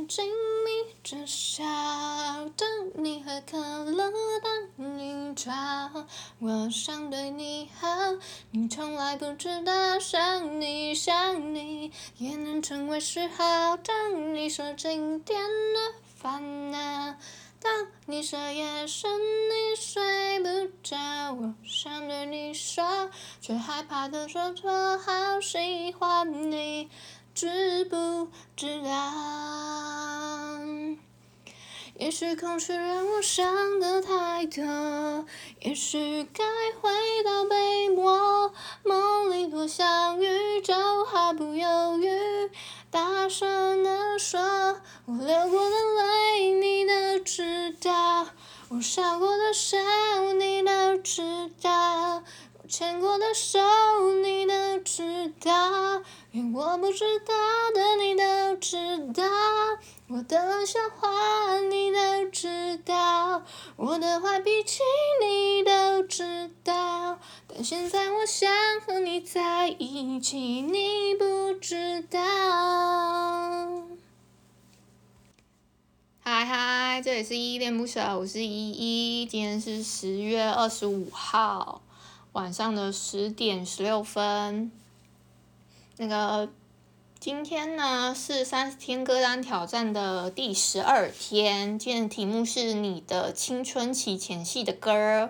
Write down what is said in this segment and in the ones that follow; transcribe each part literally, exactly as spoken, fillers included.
睛眯着笑，等你喝可乐当饮料。我想对你好，你从来不知道，想你想你也能成为嗜好。当你说今天的烦恼，当你说夜深你睡不着，我想对你说，却害怕的说错，好喜欢你，知不知道？也许空虚让我想的太多，也许该回到被窝，梦里多相遇就毫不犹豫大声地说，我流过的泪你都知道，我笑过的笑你都知道，我牵过的手你都知道，连我不知道的你都知道，我的冷笑话你都知道，我的坏脾气你都知道，但现在我想和你在一起，你不知道。嗨嗨，这里是依依恋不舍，我是依依，今天是十月二十五号晚上的十点十六分。那个今天呢是三十天歌单挑战的第十二天，今天的题目是你的青春期前戏的歌。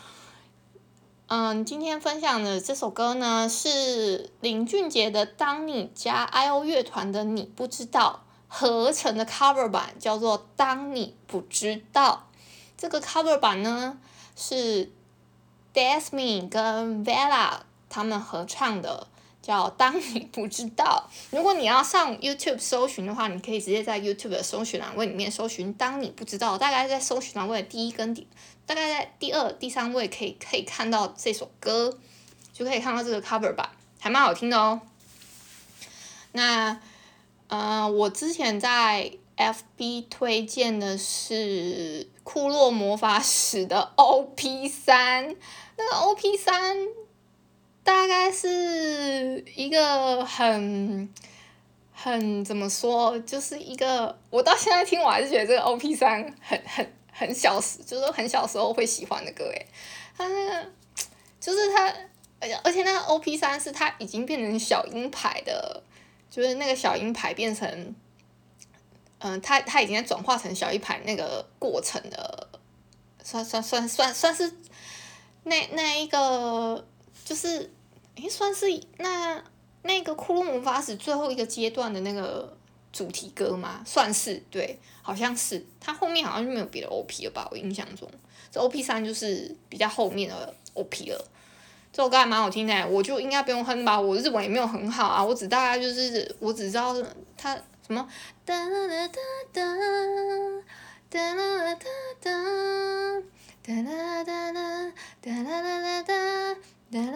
嗯，今天分享的这首歌呢是林俊杰的《当你》加 I O 乐团的《你不知道》合成的 cover 版，叫做《当你不知道》。这个 cover 版呢是 Dasmine 跟 Vela 他们合唱的，叫当你不知道。如果你要上 YouTube 搜寻的话，你可以直接在 YouTube 的搜寻栏位里面搜寻当你不知道，大概在搜寻栏位的第一跟第大概在第二第三位可以可以看到这首歌，就可以看到这个 cover 版，还蛮好听的哦。那呃我之前在 F B 推荐的是库洛魔法使的 O P 三， 那个 O P 三大概是一个很很怎么说，就是一个我到现在听我还是觉得这个 O P 三很很很小时，就是很小时候会喜欢的歌诶。他那个就是他，而且那个 O P 三是他已经变成小鹰牌的，就是那个小鹰牌变成，嗯、呃，他他已经在转化成小鹰牌那个过程的，算算算算算是那那一个。就是，诶，算是那那个库洛魔法使最后一个阶段的那个主题歌吗？算是，对，好像是。它后面好像就没有别的 O P 了吧？我印象中，这 O P 三就是比较后面的 O P 了。这首歌还蛮好听的，我就应该不用哼吧？我日文也没有很好啊，我只大概就是我只知道它什么哒哒哒哒哒哒哒哒哒哒哒哒哒哒哒哒哒。哒啦啦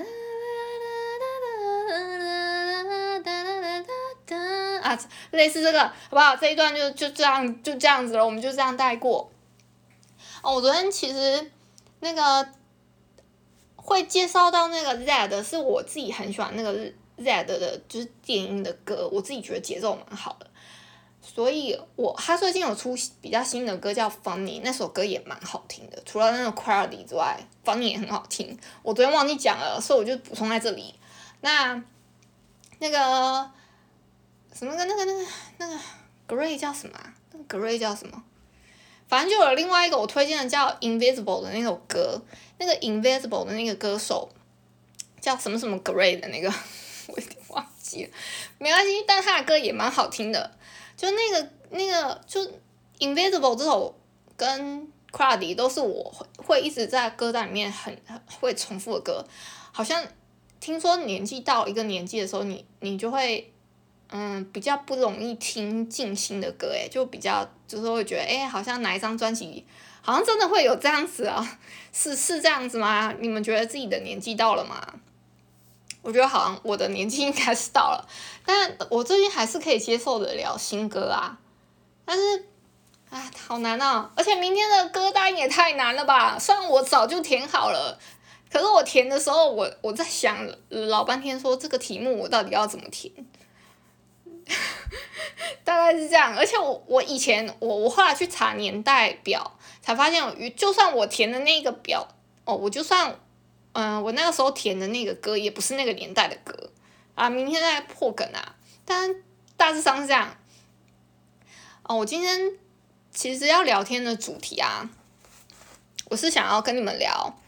啦啦啦啦啦啊，类似这个好不好？这一段就就这样就这样子了，我们就这样带过。哦，我昨天其实那个会介绍到那个 Z 是我自己很喜欢那个 Z 的，就是电音的歌，我自己觉得节奏蛮好的。所以我他最近有出比较新的歌叫 Funny， 那首歌也蛮好听的，除了那个 Quality 之外 Funny 也很好听，我昨天忘记讲了，所以我就补充在这里。那那个什么那个那个那个 Gray 叫什么啊？那个 Gray 叫什么？反正就有另外一个我推荐的叫 Invisible 的那首歌，那个 Invisible 的那个歌手叫什么什么 Gray 的那个我有点忘记了，没关系，但他的歌也蛮好听的。就那个那个就 Invisible 这首跟 Quality 都是我会一直在歌单里面很很会重复的歌，好像听说年纪到一个年纪的时候，你你就会嗯比较不容易听静心的歌，诶，就比较就是会觉得诶好像哪一张专辑好像真的会有这样子啊，是是这样子吗？你们觉得自己的年纪到了吗？我觉得好像我的年纪应该是到了，但我最近还是可以接受得了新歌啊，但是，啊，好难啊！而且明天的歌单也太难了吧？虽然我早就填好了，可是我填的时候，我我在想老半天，说这个题目我到底要怎么填？ 大概是这样。而且我我以前我我后来去查年代表，才发现就算我填的那个表哦，我就算嗯、呃、我那个时候填的那个歌也不是那个年代的歌啊，明天再破梗啊。但大致上是这样。哦，我今天其实要聊天的主题啊，我是想要跟你们聊，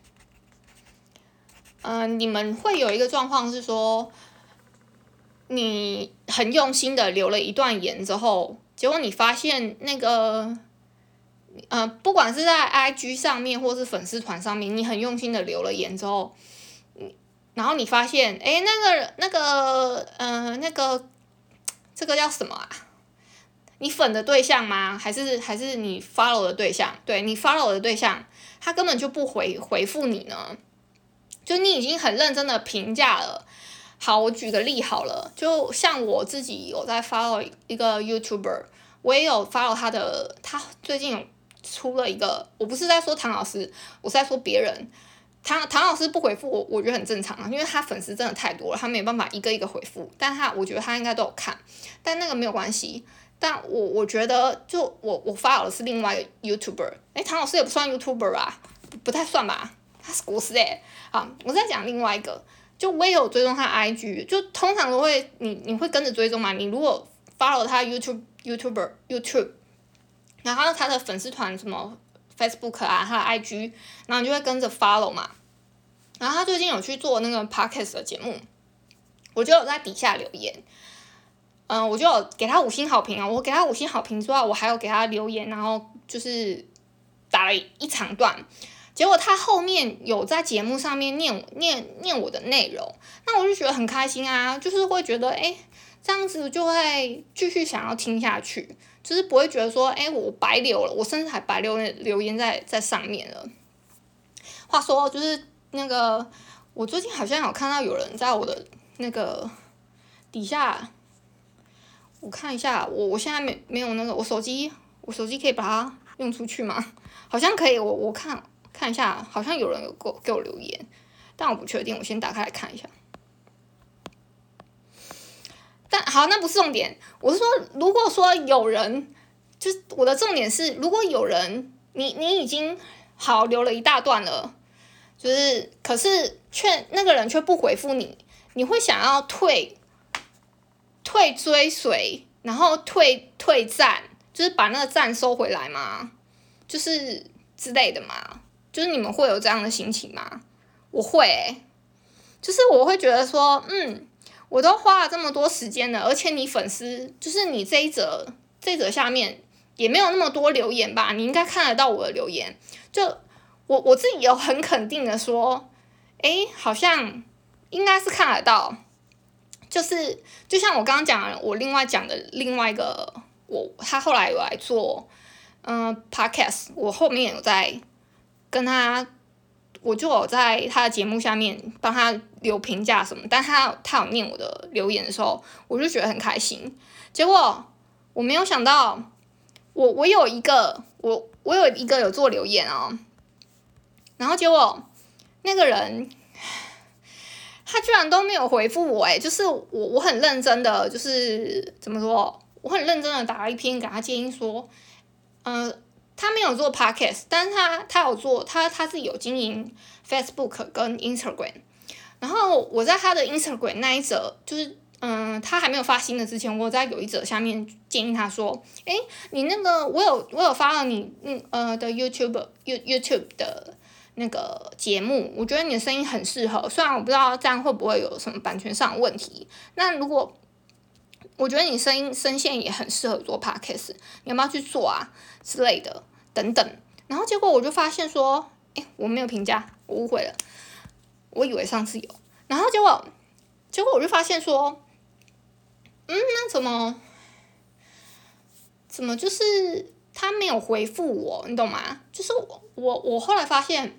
嗯、呃，你们会有一个状况是说，你很用心的留了一段言之后，结果你发现那个，呃，不管是在 I G 上面或是粉丝团上面，你很用心的留了言之后，然后你发现，哎，那个那个，呃，那个这个叫什么啊？你粉的对象吗？还是还是你 follow 的对象？对，你 follow 的对象，他根本就不回回复你呢。就你已经很认真的评价了。好，我举个例好了，就像我自己有在 follow 一个 YouTuber， 我也有 follow 他的，他最近有出了一个，我不是在说唐老师，我是在说别人。唐唐老师不回复我，我觉得很正常啊，因为他粉丝真的太多了，他没有办法一个一个回复。但他我觉得他应该都有看，但那个没有关系。但我我觉得就我我 follow 的是另外一个 YouTuber， 哎，唐老师也不算 YouTuber 啊，不不太算吧，他是国师哎。好，我在讲另外一个，就我也有追踪他 I G， 就通常都会你你会跟着追踪嘛？你如果 follow 他 YouTube YouTuber YouTube， 然后他的粉丝团什么 Facebook 啊，他的 I G， 然后你就会跟着 follow 嘛。然后他最近有去做那个 podcast 的节目，我就有在底下留言。嗯，我就有给他五星好评啊！我给他五星好评之外，我还有给他留言，然后就是打了一长段。结果他后面有在节目上面念念念我的内容，那我就觉得很开心啊，就是会觉得哎，这样子就会继续想要听下去，就是不会觉得说哎我白留了，我甚至还白留留言在在上面了。话说就是那个，我最近好像有看到有人在我的那个底下。我看一下，我我现在没没有那个，我手机我手机可以把它用出去吗？好像可以，我我看看一下，好像有人有给我给我留言，但我不确定，我先打开来看一下。但好，那不是重点，我是说，如果说有人，就是我的重点是，如果有人，你你已经好留了一大段了，就是可是却那个人却不回复你，你会想要退？退追随，然后退退赞，就是把那个赞收回来嘛，就是之类的嘛，就是你们会有这样的心情吗？我会、欸，就是我会觉得说，嗯，我都花了这么多时间了，而且你粉丝就是你这一则这一则下面也没有那么多留言吧，你应该看得到我的留言，就我我自己有很肯定的说，哎，好像应该是看得到。就是就像我刚刚讲的，我另外讲的另外一个，我他后来有来做，嗯、呃、，podcast， 我后面有在跟他，我就有在他的节目下面帮他留评价什么，但他他有念我的留言的时候，我就觉得很开心。结果我没有想到，我我有一个我我有一个有做留言哦，然后结果那个人。他居然都没有回复我，哎，就是我我很认真的，就是怎么说，我很认真的打了一篇给他建议说，呃，他没有做 podcast， 但是他他有做，他他自己有经营 Facebook 跟 Instagram， 然后我在他的 Instagram 那一则，就是嗯、呃，他还没有发新的之前，我在有一则下面建议他说，哎，你那个我有我有发了你嗯呃的 YouTube YouTube 的。那个节目，我觉得你的声音很适合，虽然我不知道这样会不会有什么版权上的问题。那如果我觉得你声音声线也很适合做 podcast， 你要不要去做啊之类的等等。然后结果我就发现说，哎，我没有评价，我误会了，我以为上次有。然后结果结果我就发现说，嗯，那怎么怎么就是他没有回复我，你懂吗？就是我我我后来发现。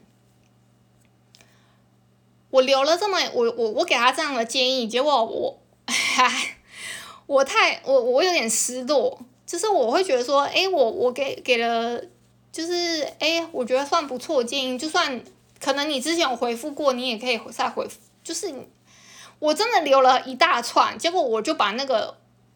我留了这么我我我给他这样的建议，结果我，唉，我太我我有点失落，就是我会觉得说，哎，我我给给了，就是哎，我觉得算不错的建议，就算可能你之前有回复过，你也可以再回复，就是我真的留了一大串，结果我就把那个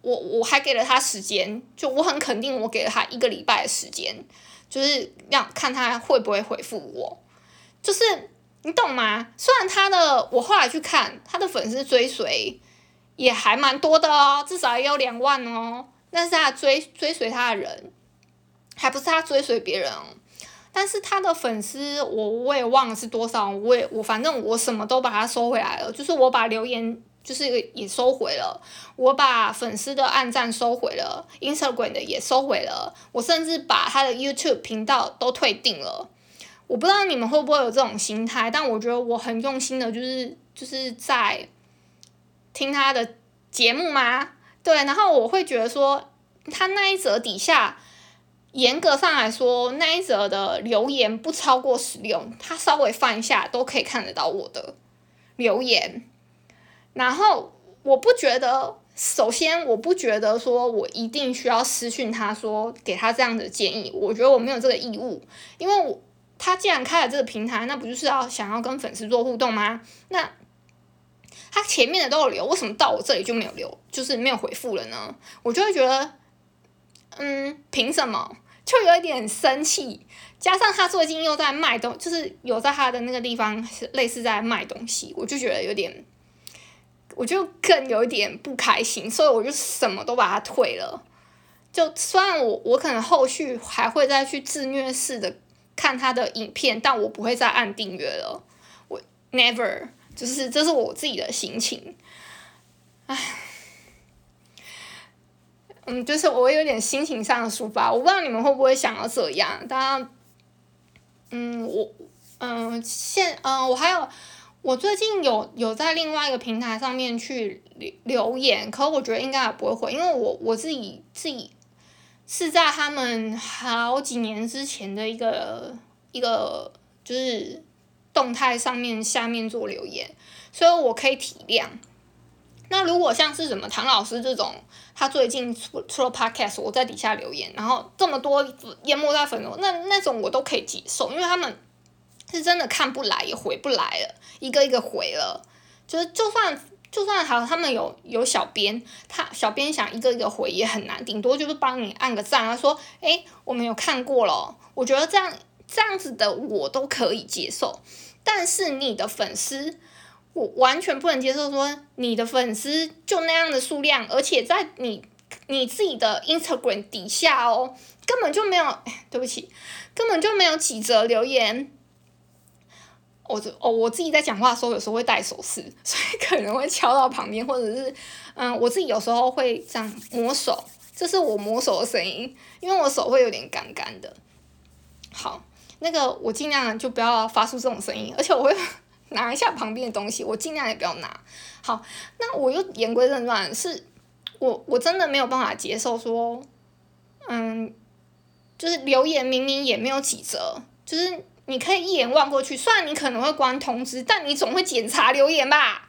我我还给了他时间，就我很肯定我给了他一个礼拜的时间，就是让看他会不会回复我，就是你懂吗？虽然他的我后来去看他的粉丝追随也还蛮多的哦，至少也有两万哦，但是他追追随他的人还不是他追随别人哦。但是他的粉丝我我也忘了是多少，我也我反正我什么都把它收回来了，就是我把留言就是也收回了，我把粉丝的按赞收回了 ，Instagram 的也收回了，我甚至把他的 YouTube 频道都退订了。我不知道你们会不会有这种心态，但我觉得我很用心的，就是就是在听他的节目嘛，对，然后我会觉得说，他那一则底下。严格上来说，那一则的留言不超过十六，他稍微翻一下都可以看得到我的留言。然后我不觉得，首先我不觉得说我一定需要私讯他说给他这样的建议，我觉得我没有这个义务，因为我他既然开了这个平台，那不就是要想要跟粉丝做互动吗？那他前面的都有留，为什么到我这里就没有留，就是没有回复了呢？我就会觉得，嗯，凭什么？就有一点生气，加上他最近又在卖东，就是有在他的那个地方类似在卖东西，我就觉得有点，我就更有一点不开心，所以我就什么都把它退了。就虽然我我可能后续还会再去自虐式的看他的影片，但我不会再按订阅了，我 never， 就是这是我自己的心情，唉。嗯，就是我有点心情上的抒发，我不知道你们会不会想要这样。当然，嗯，我，嗯，现，嗯，我还有，我最近有有在另外一个平台上面去留留言，可我觉得应该也不会回，因为我我自己自己是在他们好几年之前的一个一个就是动态上面下面做留言，所以我可以体谅。那如果像是什么唐老师这种，他最近出出了 podcast， 我在底下留言，然后这么多淹没在粉丝，那那种我都可以接受，因为他们是真的看不来也回不来了，一个一个回了，就是就算就算好他们有有小编，他小编想一个一个回也很难，顶多就是帮你按个赞，他说，诶，我们有看过了，我觉得这样这样子的我都可以接受，但是你的粉丝。我完全不能接受说你的粉丝就那样的数量，而且在你你自己的 Instagram 底下哦，根本就没有，对不起，根本就没有几则留言。我哦，我自己在讲话的时候有时候会戴手势，所以可能会敲到旁边，或者是嗯，我自己有时候会这样摸手，这是我摸手的声音，因为我手会有点干干的。好，那个我尽量就不要发出这种声音，而且我会。拿一下旁边的东西，我尽量也不要拿。好，那我又言归正传，是我我真的没有办法接受说，嗯，就是留言明明也没有几则，就是你可以一眼望过去，虽然你可能会关通知，但你总会检查留言吧？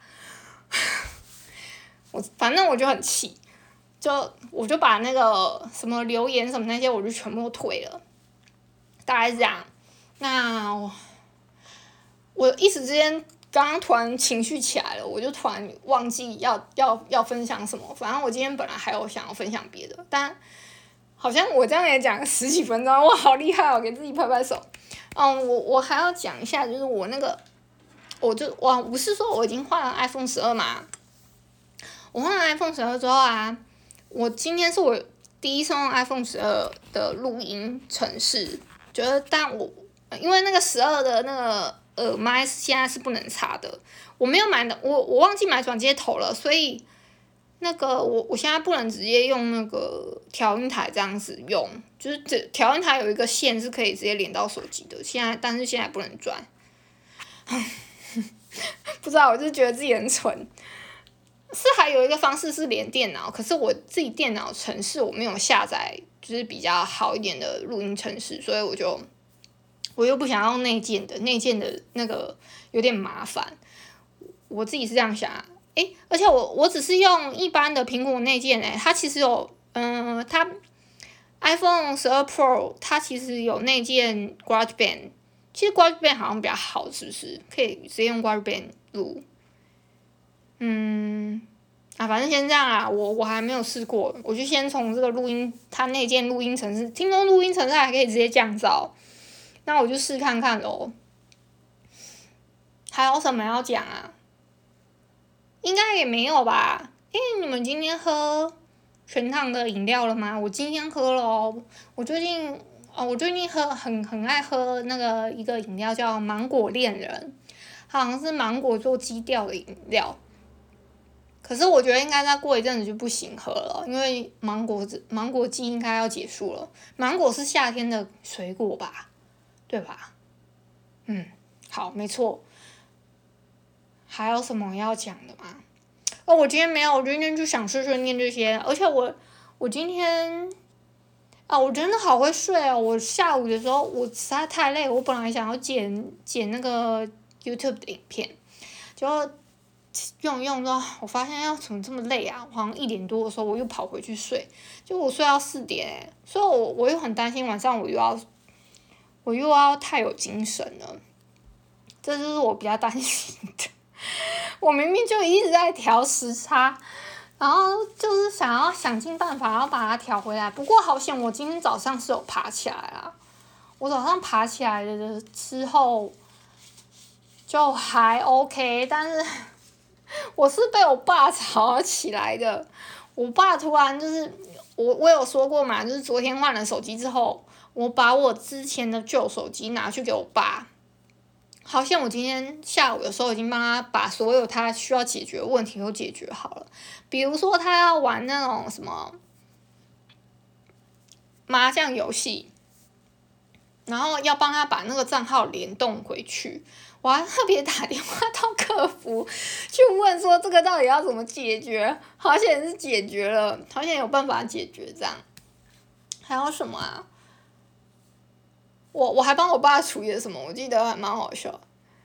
我反正我就很气，就我就把那个什么留言什么那些，我就全部都退了，大概是这样。那我。我一时之间刚刚突然情绪起来了，我就突然忘记要要要分享什么。反正我今天本来还有想要分享别的，但好像我这样也讲十几分钟，哇，好厉害哦，给自己拍拍手。嗯，我我还要讲一下，就是我那个，我就哇，不是说我已经换了 iPhone 十二嘛？我换了 iPhone 十二之后啊，我今天是我第一次用 iPhone 十二的录音程式，觉得但我因为那个十二的那个。耳麦现在是不能插的，我没有买的，我我忘记买转接头了，所以那个我我现在不能直接用那个调音台这样子用，就是这调音台有一个线是可以直接连到手机的，现在但是现在不能转，不知道我就觉得自己很蠢，是还有一个方式是连电脑，可是我自己电脑程式我没有下载，就是比较好一点的录音程式，所以我就。我又不想要内建的，内建的那个有点麻烦，我自己是这样想啊，诶，而且我我只是用一般的苹果内建诶，它其实有，嗯、呃，它 iPhone 十二 Pro 它其实有内建 GarageBand， 其实 GarageBand 好像比较好，是不是？可以直接用 GarageBand 录，嗯， 啊，反正先这样啊，我我还没有试过，我就先从这个录音，它那件录音程式，听说录音程式还可以直接降噪，那我就试看看咯。还有什么要讲啊？应该也没有吧？诶，你们今天喝全糖的饮料了吗？我今天喝了哦，我最近哦，我最近喝很很爱喝那个一个饮料叫芒果恋人，它好像是芒果做基调的饮料。可是我觉得应该再过一阵子就不行喝了，因为芒果芒果季应该要结束了。芒果是夏天的水果吧，对吧？嗯，好，没错。还有什么要讲的吗？哦，我今天没有，我今天就想碎碎念这些，而且我我今天啊，我真的好会睡哦！我下午的时候我实在太累，我本来想要剪剪那个 YouTube 的影片，结果用一用之后，我发现要怎么这么累啊！我好像一点多的时候我又跑回去睡，就我睡到四点诶，所以我我又很担心晚上我又要我又要太有精神了，这就是我比较担心的。我明明就一直在调时差，然后就是想要想尽办法要把它调回来。不过好险，我今天早上是有爬起来啦。我早上爬起来的之后就还 OK， 但是我是被我爸吵起来的。我爸突然就是我我有说过嘛，就是昨天换了手机之后，我把我之前的旧手机拿去给我爸。好像我今天下午的时候已经帮他把所有他需要解决的问题都解决好了，比如说他要玩那种什么麻将游戏，然后要帮他把那个账号联动回去，我还特别打电话到客服去问说这个到底要怎么解决，好险是解决了，好险有办法解决这样。还有什么啊？我我还帮我爸处理了什么？我记得还蛮好笑的。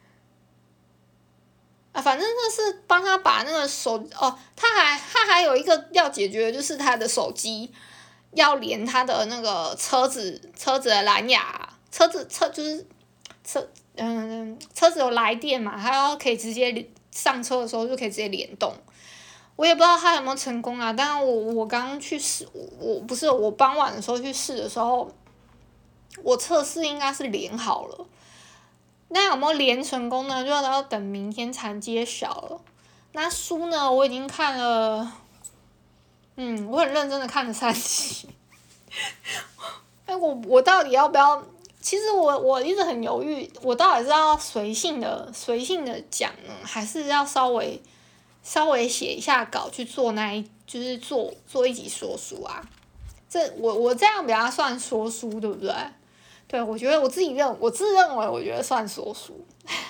啊，反正就是帮他把那个手哦，他还他还有一个要解决的就是他的手机要连他的那个车子车子的蓝牙，车子车就是车嗯车子有来电嘛，他要可以直接上车的时候就可以直接联动。我也不知道他有没有成功啊，但是我我刚刚去试，我我不是我傍晚的时候去试的时候。我测试应该是连好了，那有没有连成功呢？就要等明天才揭晓了。那书呢？我已经看了，嗯，我很认真的看了三集。哎，我我到底要不要？其实我我一直很犹豫，我到底是要随性的随性的讲呢，还是要稍微稍微写一下稿去做那一，就是做做一集说书啊？这我我这样比较算说书，对不对？对，我觉得我自己认，我自认为我觉得算说书，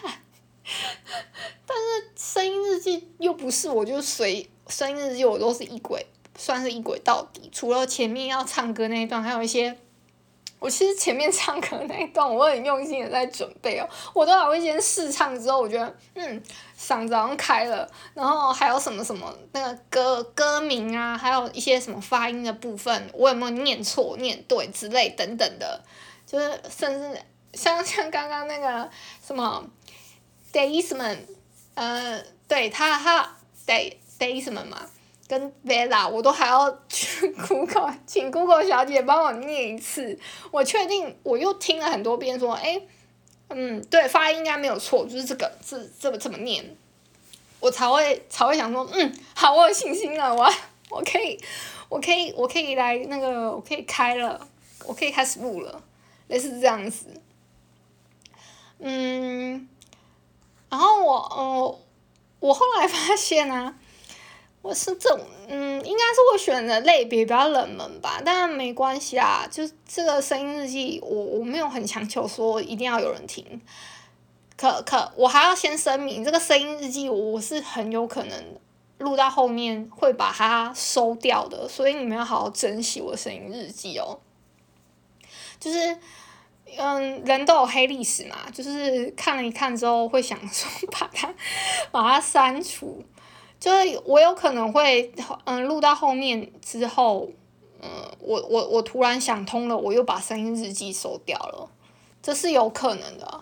但是声音日记又不是，我就随声音日记我都是一轨，算是一轨到底。除了前面要唱歌那一段，还有一些，我其实前面唱歌那一段我很用心的在准备哦，我都还会先试唱之后，我觉得嗯嗓子好像开了，然后还有什么什么那个歌歌名啊，还有一些什么发音的部分，我有没有念错、念对之类等等的。就是甚至像像刚刚那个什么 Daysman， 呃，对他他 Day Daysman 嘛，跟 Bella 我都还要去 Google 请 Google 小姐帮我念一次，我确定我又听了很多遍说，哎，嗯，对，发音应该没有错，就是这个这这么这么念，我才会才会想说，嗯，好，我有信心了，我我可以我可以我可以来那个我可以开了，我可以开始录了。类似这样子，嗯，然后我呃，我后来发现啊，我是这种，嗯，应该是我选的类别比较冷门吧，但没关系啊，就这个声音日记，我我没有很强求说一定要有人听，可可我还要先声明，这个声音日记我是很有可能录到后面会把它收掉的，所以你们要好好珍惜我的声音日记哦，就是。嗯，人都有黑历史嘛，就是看了一看之后会想说把它把它删除，就是我有可能会嗯录到后面之后，嗯我我我突然想通了，我又把声音日记收掉了，这是有可能的，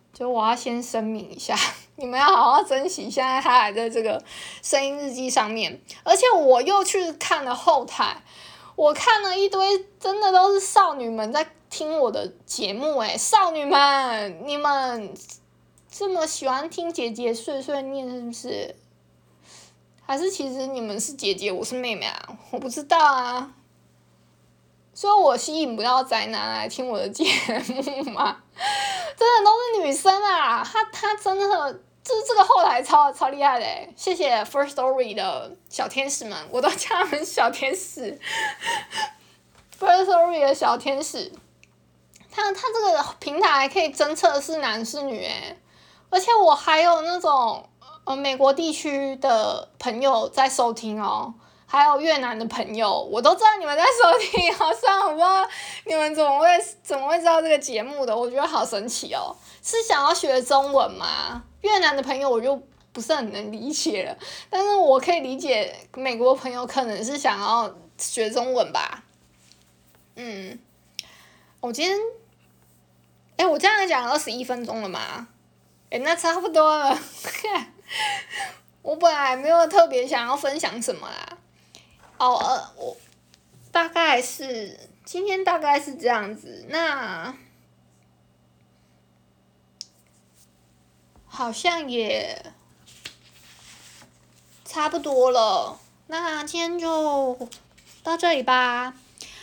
就我要先声明一下，你们要好好珍惜现在它还在这个声音日记上面，而且我又去看了后台，我看了一堆真的都是少女们在听我的节目诶，少女们，你们这么喜欢听姐姐碎碎念是不是？还是其实你们是姐姐，我是妹妹啊？我不知道啊。所以我吸引不到宅男来听我的节目吗？真的都是女生啊！她她真的，就是这个后台超超厉害的诶，谢谢 First Story 的小天使们，我都叫他们小天使。First Story 的小天使，他他这个平台还可以侦测是男是女诶，而且我还有那种呃美国地区的朋友在收听哦。还有越南的朋友，我都知道你们在收听，好像我不知道你们怎么会怎么会知道这个节目的，我觉得好神奇哦。是想要学中文吗？越南的朋友我就不是很能理解了，但是我可以理解美国朋友可能是想要学中文吧。嗯，我今天，哎，我这样讲二十一分钟了嘛？哎，那差不多了。我本来没有特别想要分享什么啦。哦，呃，我大概是今天大概是这样子，那好像也差不多了，那今天就到这里吧。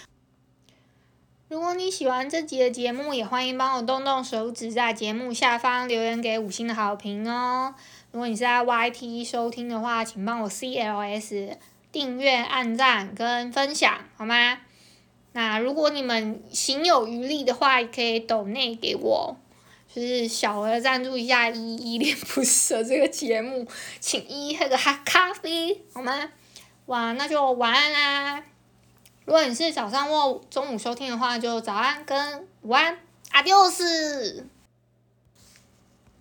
如果你喜欢这集的节目，也欢迎帮我动动手指，在节目下方留言给五星的好评哦。如果你是在 Y T 收听的话，请帮我 C L S。订阅、按赞跟分享，好吗？那如果你们行有余力的话，也可以抖内给我，就是小额赞助一下依依恋不舍这个节目，请依依喝个哈咖啡，好吗？哇，那就晚安啦！如果你是早上或中午收听的话，就早安跟午安，阿迪欧斯。